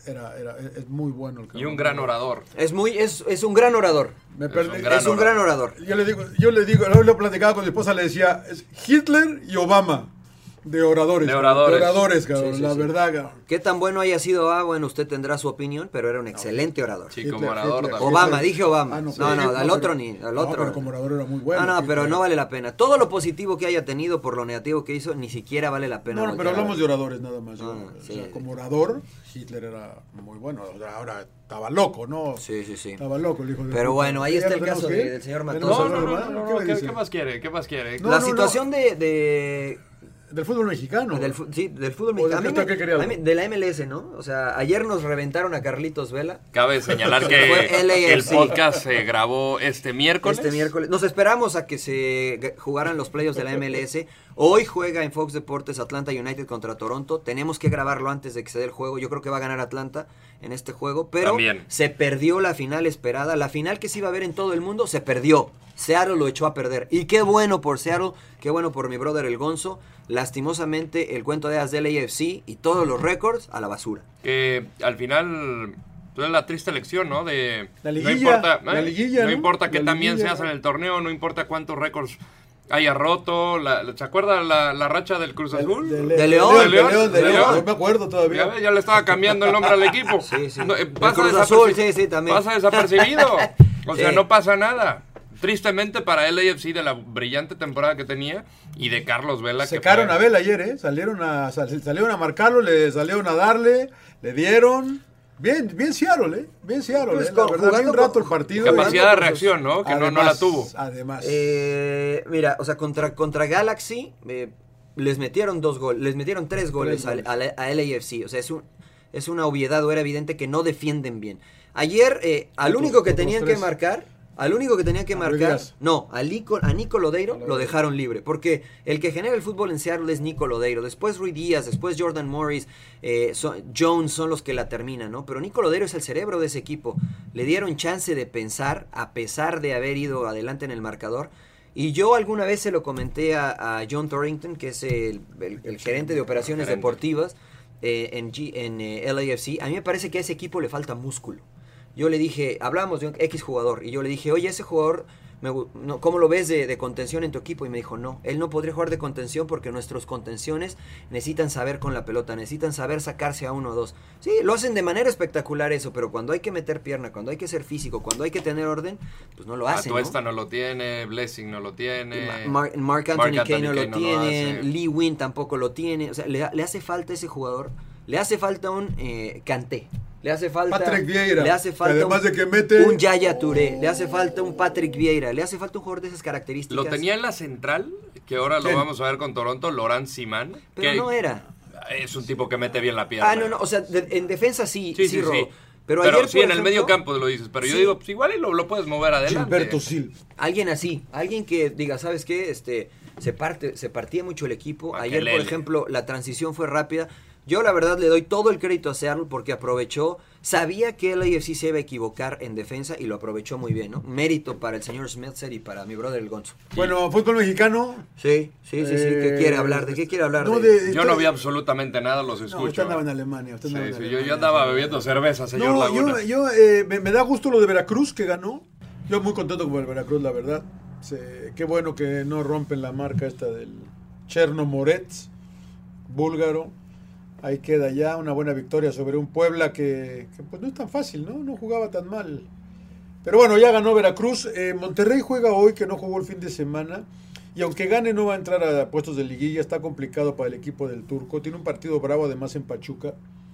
es muy bueno. Y un gran orador. Es un gran orador. Es un gran orador. Yo le digo, lo he platicado con mi esposa, le decía, es Hitler y Obama. De oradores, cabrón, la verdad, cabrón. Qué tan bueno haya sido, bueno, usted tendrá su opinión, pero era un excelente orador. Sí, como orador. Obama, dije Obama. Al otro. Pero como orador era muy bueno. Pero no vale la pena. Todo lo positivo que haya tenido por lo negativo que hizo, ni siquiera vale la pena. No, pero hablamos de oradores nada más. O sea, como orador, Hitler era muy bueno. Ahora estaba loco, ¿no? Sí. Estaba loco el hijo de Pero bueno, ahí está el caso del señor Matoso. No, ¿qué más quiere? La situación del fútbol mexicano. Del fútbol mexicano. De la MLS, ¿no? O sea, ayer nos reventaron a Carlitos Vela. Cabe señalar que el podcast se grabó este miércoles. Nos esperamos a que se jugaran los playoffs de la MLS. Hoy juega en Fox Deportes Atlanta United contra Toronto. Tenemos que grabarlo antes de que se dé el juego. Yo creo que va a ganar Atlanta en este juego. Pero también se perdió la final esperada. La final que se iba a ver en todo el mundo se perdió. Seattle lo echó a perder. Y qué bueno por Seattle, qué bueno por mi brother el Gonzo. Lastimosamente el cuento de hadas del AFC y todos los récords a la basura. Al final es la triste lección, ¿no? De la liguilla, no importa que también seas en el torneo, no importa cuántos récords haya roto. ¿Se acuerda la racha del Cruz Azul? De León. No me acuerdo todavía. Ya le estaba cambiando el nombre al equipo. Sí. No, también. Pasa desapercibido. O sea, no pasa nada. Tristemente para el AFC, de la brillante temporada que tenía, y de Carlos Vela. Secaron a Vela ayer, salieron a marcarlo, le salieron a darle, le dieron. Bien Seattle, Bien Seattle, pues, la verdad, bien rato el partido. Capacidad de reacción, ¿no? Que además, no la tuvo. Además. Mira, o sea, contra Galaxy les metieron 2 goles, les metieron 3 goles al LAFC. O sea, es una obviedad, o era evidente que no defienden bien. Ayer, al único que tenían que marcar, a Nico Lodeiro lo dejaron libre, porque el que genera el fútbol en Seattle es Nico Lodeiro, después Rui Díaz, después Jordan Morris, Jones son los que la terminan, ¿no? Pero Nico Lodeiro es el cerebro de ese equipo, le dieron chance de pensar, a pesar de haber ido adelante en el marcador, y yo alguna vez se lo comenté a John Thorrington, que es el gerente de operaciones deportivas en LAFC, a mí me parece que a ese equipo le falta músculo. Yo le dije, hablamos de un X jugador, y yo le dije, oye, ese jugador, ¿cómo lo ves de contención en tu equipo? Y me dijo, no, él no podría jugar de contención porque nuestros contenciones necesitan saber con la pelota, necesitan saber sacarse a 1 o 2. Sí, lo hacen de manera espectacular eso, pero cuando hay que meter pierna, cuando hay que ser físico, cuando hay que tener orden, pues no lo hacen, Atuesta no lo tiene, Blessing no lo tiene. Mark Anthony Kaye no lo tiene, Lee Wynn tampoco lo tiene. O sea, le hace falta ese jugador, le hace falta un Kanté. Le hace falta Patrick Vieira. Le hace falta además de que mete un Yaya Touré. Le hace falta un Patrick Vieira. Le hace falta un jugador de esas características. Lo tenía en la central, que ahora lo vamos a ver con Toronto, Laurent Simán. Pero que no era. Es un tipo que mete bien la pierna. No. O sea, en defensa sí, Sí. Pero ayer, sí, en el medio campo lo dices. Pero yo digo, pues igual y lo puedes mover adelante. Gilberto Silva. Alguien así, alguien que diga, ¿sabes qué? Se partía mucho el equipo. Ayer, por ejemplo, la transición fue rápida. Yo la verdad le doy todo el crédito a Seattle porque aprovechó, sabía que el AFC se iba a equivocar en defensa y lo aprovechó muy bien, ¿no? Mérito para el señor Smeltzer y para mi brother el Gonzo. Bueno, fútbol mexicano. Sí. ¿Qué quiere hablar? ¿De qué quiere hablar? Yo no vi absolutamente nada, los escucho. Usted andaba en Alemania. Yo andaba bebiendo cerveza, señor Laguna. Me da gusto lo de Veracruz que ganó. Yo muy contento con el Veracruz, la verdad. Qué bueno que no rompen la marca esta del Cherno Moretz, búlgaro. Ahí queda ya una buena victoria sobre un Puebla que pues no es tan fácil, ¿no? No jugaba tan mal. Pero bueno, ya ganó Veracruz. Monterrey juega hoy, que no jugó el fin de semana. Y aunque gane, no va a entrar a puestos de liguilla. Está complicado para el equipo del Turco. Tiene un partido bravo, además, en Pachuca.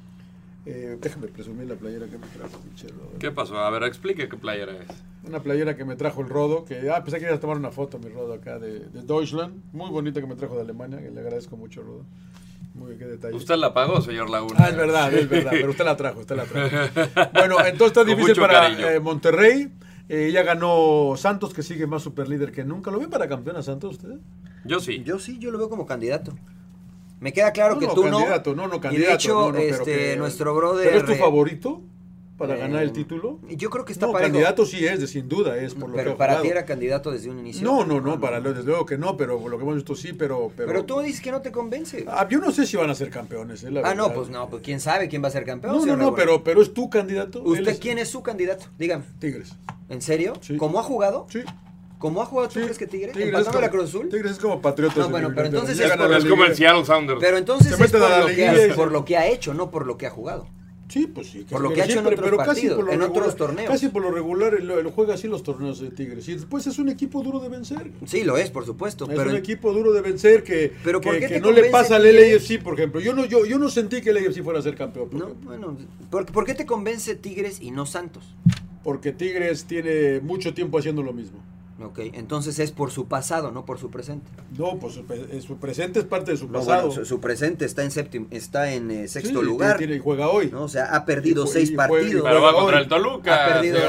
Déjame presumir la playera que me trajo, Michel. ¿Qué pasó? A ver, explique qué playera es. Una playera que me trajo el Rodo. Pensé que iba a tomar una foto, mi Rodo, acá de Deutschland. Muy bonita que me trajo de Alemania, que le agradezco mucho, Rodo. Muy bien, qué detalle. ¿Usted la pagó, señor Laguna? Es verdad, pero usted la trajo. Bueno, entonces está difícil para Monterrey. Ya ganó Santos, que sigue más superlíder que nunca. ¿Lo ven para campeón a Santos usted? Yo sí. Yo lo veo como candidato. Me queda claro que tú candidato, no. Candidato, y de hecho, nuestro brother... ¿Pero es tu favorito para ganar el título? Yo creo que está parejo. Candidato sí es, sin duda es, por lo que ha Pero para ti era candidato desde un inicio. No, desde luego que no, pero por lo que hemos visto sí, pero... Pero tú dices que no te convence. Yo no sé si van a ser campeones, la verdad. Pues quién sabe quién va a ser campeón. Pero es tu candidato. ¿Quién es su candidato? Dígame. Tigres. ¿En serio? Sí. ¿Cómo ha jugado? Sí. ¿Cómo ha jugado tú crees que Tigres? ¿Empató a la Cruz Azul? Tigres es como Patriotas. No, bueno, pero entonces es como el Seattle Sounders. Pero entonces es por lo que ha hecho, no por lo que ha jugado. Sí, pues sí. Por lo que ha hecho en otros partidos, en otros torneos. Casi por lo regular él juega así los torneos de Tigres. Y después es un equipo duro de vencer. Sí, lo es, por supuesto. Es un equipo duro de vencer que no le pasa al LAFC, por ejemplo. Yo no sentí que el LAFC fuera a ser campeón. ¿Por qué te convence Tigres y no Santos? Porque Tigres tiene mucho tiempo haciendo lo mismo. Ok, entonces es por su pasado, no por su presente. No, pues su presente es parte de su pasado. Bueno, su presente está en sexto lugar. Y juega hoy. ¿No? O sea, ha perdido 6 partidos. Pero va contra el Toluca.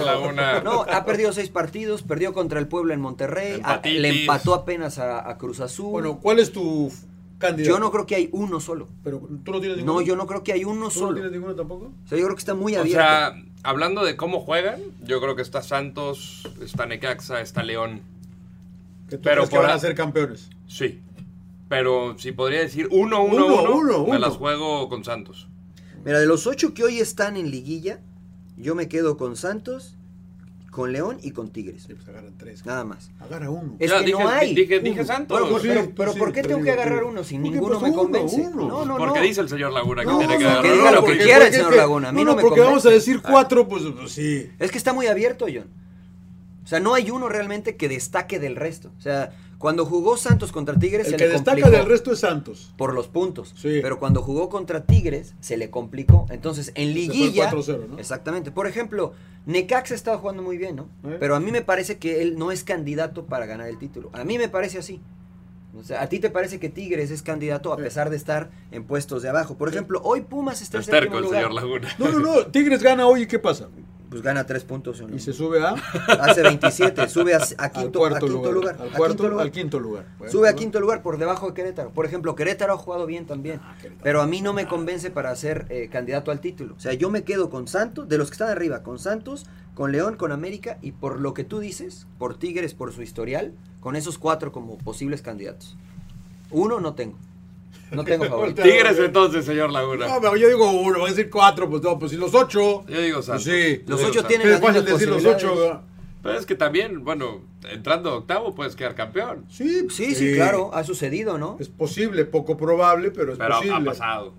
Ha perdido 6 partidos, perdió contra el Puebla en Monterrey, le empató apenas a Cruz Azul. Bueno, ¿cuál es tu candidato? Yo no creo que hay uno solo. ¿Pero tú no tienes ninguno? No, yo no creo que hay uno solo. ¿Tú no tienes ninguno tampoco? O sea, yo creo que está muy abierto. O sea, hablando de cómo juegan, yo creo que está Santos, está Necaxa, está León. ¿Que tú crees que van a ser campeones? Sí. Pero si podría decir uno, me las juego con Santos. Mira, de los 8 que hoy están en liguilla, yo me quedo con Santos, con León y con Tigres. Sí, pues agarran 3. Nada más. Agarra uno. Es que no hay. Dije Santos. Pero ¿por qué tengo que agarrar uno si ninguno me convence? No. Porque dice el señor Laguna que tiene que agarrar que diga lo que quiera el señor Laguna. A mí no me porque convence. vamos a decir 4, pues sí. Es que está muy abierto, John. O sea, no hay uno realmente que destaque del resto. O sea, cuando jugó Santos contra Tigres se le complicó. El que destaca del resto es Santos. Por los puntos. Sí. Pero cuando jugó contra Tigres se le complicó. Entonces, en liguilla... Se fue 4-0, ¿no? Exactamente. Por ejemplo, Necaxa estaba jugando muy bien, ¿no? Pero a mí me parece que él no es candidato para ganar el título. A mí me parece así. O sea, ¿a ti te parece que Tigres es candidato a pesar de estar en puestos de abajo? Por ejemplo, hoy Pumas está en séptimo lugar. El señor Laguna. No. Tigres gana hoy y ¿qué pasa? Pues gana 3 puntos. ¿No? Y se sube a... Hace 27, sube a quinto lugar. Al quinto lugar. Bueno, sube a quinto lugar por debajo de Querétaro. Por ejemplo, Querétaro ha jugado bien también. Pero a mí no me convence para ser candidato al título. O sea, yo me quedo con Santos, de los que están arriba, con Santos, con León, con América, y por lo que tú dices, por Tigres, por su historial, con esos 4 como posibles candidatos. Uno no tengo. No tengo favorito. Tigres entonces, señor Laguna. No, pero yo digo 1, voy a decir 4, pues no, pues si los 8. Yo digo Santos. Pues sí. Los 8 tienen las mismas posibilidades. Decir los 8. Pero es que también, bueno, entrando octavo puedes quedar campeón. Sí, claro, ha sucedido, ¿no? Es posible, poco probable, pero es posible. Ha pasado.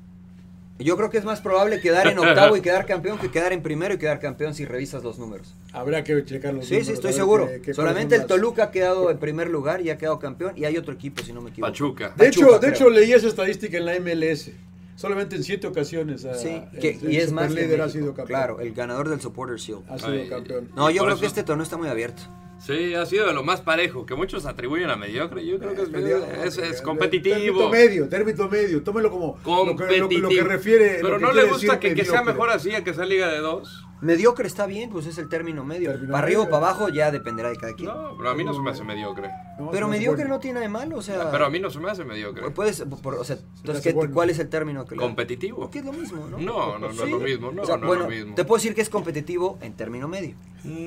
Yo creo que es más probable quedar en octavo y quedar campeón que quedar en primero y quedar campeón si revisas los números. Habrá que checar los números. Sí, estoy seguro. Solamente el Toluca ha quedado en primer lugar y ha quedado campeón, y hay otro equipo, si no me equivoco. Pachuca. De hecho, leí esa estadística en la MLS. Solamente en 7 ocasiones. Y es más líder ha sido campeón. Claro, el ganador del Supporters Shield. Ha sido campeón. No, yo creo que este torneo está muy abierto. Sí, ha sido de lo más parejo, que muchos atribuyen a mediocre. Yo creo que es competitivo. Término medio. Tómelo como competitivo. Lo que refiere. Pero no le gusta que sea mejor así, a que sea liga de 2. Mediocre está bien, pues es el término medio. Para arriba o para abajo ya dependerá de cada quien. No, pero a mí no se me hace mediocre. Pero mediocre no tiene nada de malo, o sea. Pero a mí no se me hace mediocre. Entonces, ¿cuál es el término que competitivo? Que es lo mismo, ¿no? No es lo mismo. No, bueno, es lo mismo. Te puedo decir que es competitivo en término medio.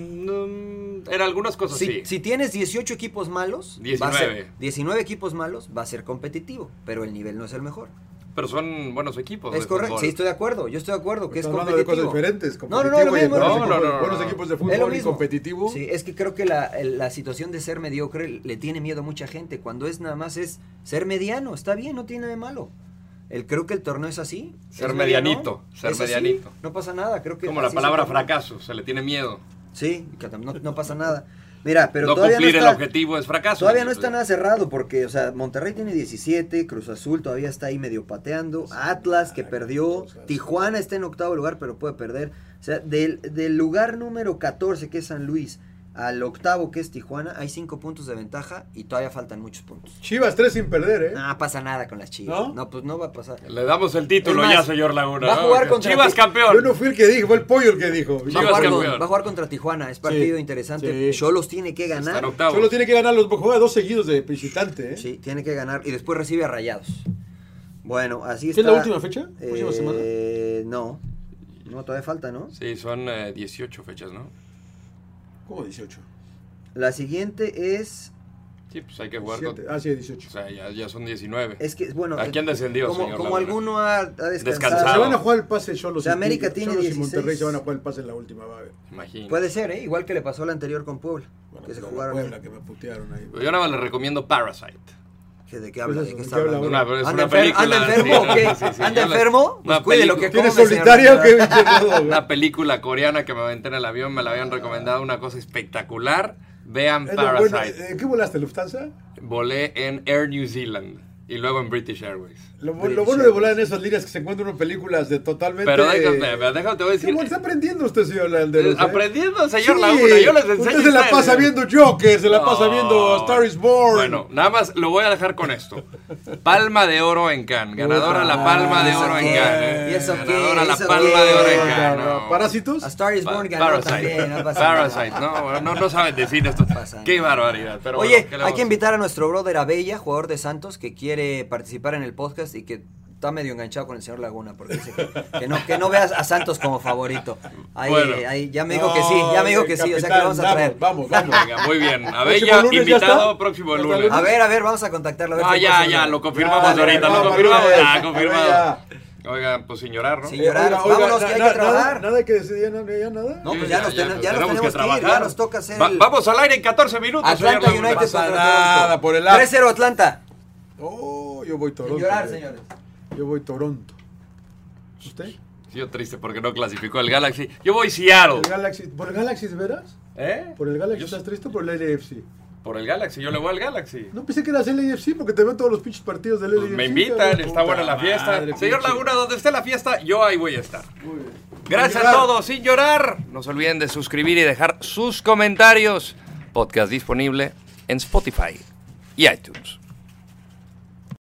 En algunas cosas sí. Si tienes 18 equipos malos, 19 equipos malos, va a ser competitivo, pero el nivel no es el mejor. Pero son buenos equipos. Es correcto, sí, estoy de acuerdo. Yo estoy de acuerdo que es competitivo. De cosas diferentes. No, lo mismo. Buenos equipos de fútbol y competitivo. Sí, es que creo que la situación de ser mediocre le tiene miedo a mucha gente. Cuando es nada más es ser mediano, está bien, no tiene nada de malo. Creo que el torneo es así. Ser medianito. No pasa nada, creo que. Como la palabra fracaso, se le tiene miedo. Sí, no pasa nada. Mira, pero no todavía cumplir no está, el objetivo es fracaso. Todavía no está nada cerrado porque, o sea, Monterrey tiene 17, Cruz Azul todavía está ahí medio pateando, Atlas que perdió, Tijuana está en 8º lugar pero puede perder. O sea, del lugar número 14 que es San Luis al 8º que es Tijuana, hay 5 puntos de ventaja y todavía faltan muchos puntos. Chivas 3 sin perder, No pasa nada con las Chivas. No, pues no va a pasar. Le damos el título ya, señor Laguna. Va a jugar contra Chivas campeón. Yo no fui el que dijo, fue el pollo el que dijo. Va a jugar contra Tijuana, es partido interesante. Cholos tiene que ganar. Cholos tiene que ganar, juega 2 seguidos de visitante. Sí, tiene que ganar y después recibe a Rayados. Bueno, así está. ¿Qué es la última fecha? ¿Última semana? No, todavía falta, ¿no? Sí, son 18 fechas, ¿no? ¿Cómo 18? La siguiente es... Sí, pues hay que jugar con... sí, 18. O sea, ya son 19. Es que, bueno... ¿A quién descendió, señor Como alguno ha descansado. Se van a jugar el pase Cholos. O sea, América tiene 16. Y Monterrey se van a jugar el pase en la última, va a ver. Imagínate. Puede ser, igual que le pasó al anterior con Puebla. Bueno, que se jugaron Puebla, que me putearon ahí. Yo nada más le recomiendo Parasite. ¿De qué habla? ¿De qué está hablando? Una película. ¿Anda enfermo o qué? ¿Anda enfermo? Pues cuide lo que come, ¿Tienes solitario o qué? Una película coreana que me aventé en el avión, me la habían recomendado, una cosa espectacular. Vean Parasite. ¿En qué volaste, Lufthansa? Volé en Air New Zealand y luego en British Airways. Lo bueno de volar en esas líneas es que se encuentran películas de totalmente... Pero déjame, te voy a decir... ¿Cómo está aprendiendo usted, señor Landeros? Aprendiendo, señor Laguna, yo les enseño. Usted se la pasa viendo Joker, se la pasa viendo Star is Born. Bueno, nada más lo voy a dejar con esto. Palma de Oro en Cannes, ganadora la Palma de Oro en Cannes. ¿Y eso qué? Ganadora la Palma de Oro en Cannes. ¿Parásitos? A Star is Born ganó también, no pasa Parasite, no saben decir esto. Qué barbaridad. Pero oye, hay que invitar a nuestro brother Abella, jugador de Santos, que quiere participar en el podcast y que está medio enganchado con el señor Laguna porque dice que no veas a Santos como favorito. Ahí ya me dijo que sí, o sea que lo vamos a traer. Vamos. Venga, muy bien. Abella, invitado próximo lunes. A ver, vamos a contactarlo. Ya, lo confirmamos ahorita, lo confirmamos. Confirmado. Oigan, pues sin llorar, ¿no? Sin llorar, vámonos, que hay que trabajar. Nada que decidir, nada. No, pues ya nos tenemos que ir, ya nos toca hacer vamos al aire en 14 minutos. Atlanta United contra Toronto. Por el 3-0 Atlanta. Yo voy Toronto. Sin llorar, señores. Yo voy Toronto. ¿Usted? Sí, yo triste porque no clasificó el Galaxy. Yo voy Seattle. ¿Por el Galaxy de veras? ¿Por el Galaxy estás triste o por el LAFC? Por el Galaxy, yo le voy al Galaxy. No pensé que eras el LAFC porque te veo todos los pinches partidos del LAFC. Me invitan, está buena la fiesta. Señor Laguna, donde esté la fiesta, yo ahí voy a estar. Muy bien. Gracias a todos, sin llorar. No se olviden de suscribir y dejar sus comentarios. Podcast disponible en Spotify y iTunes.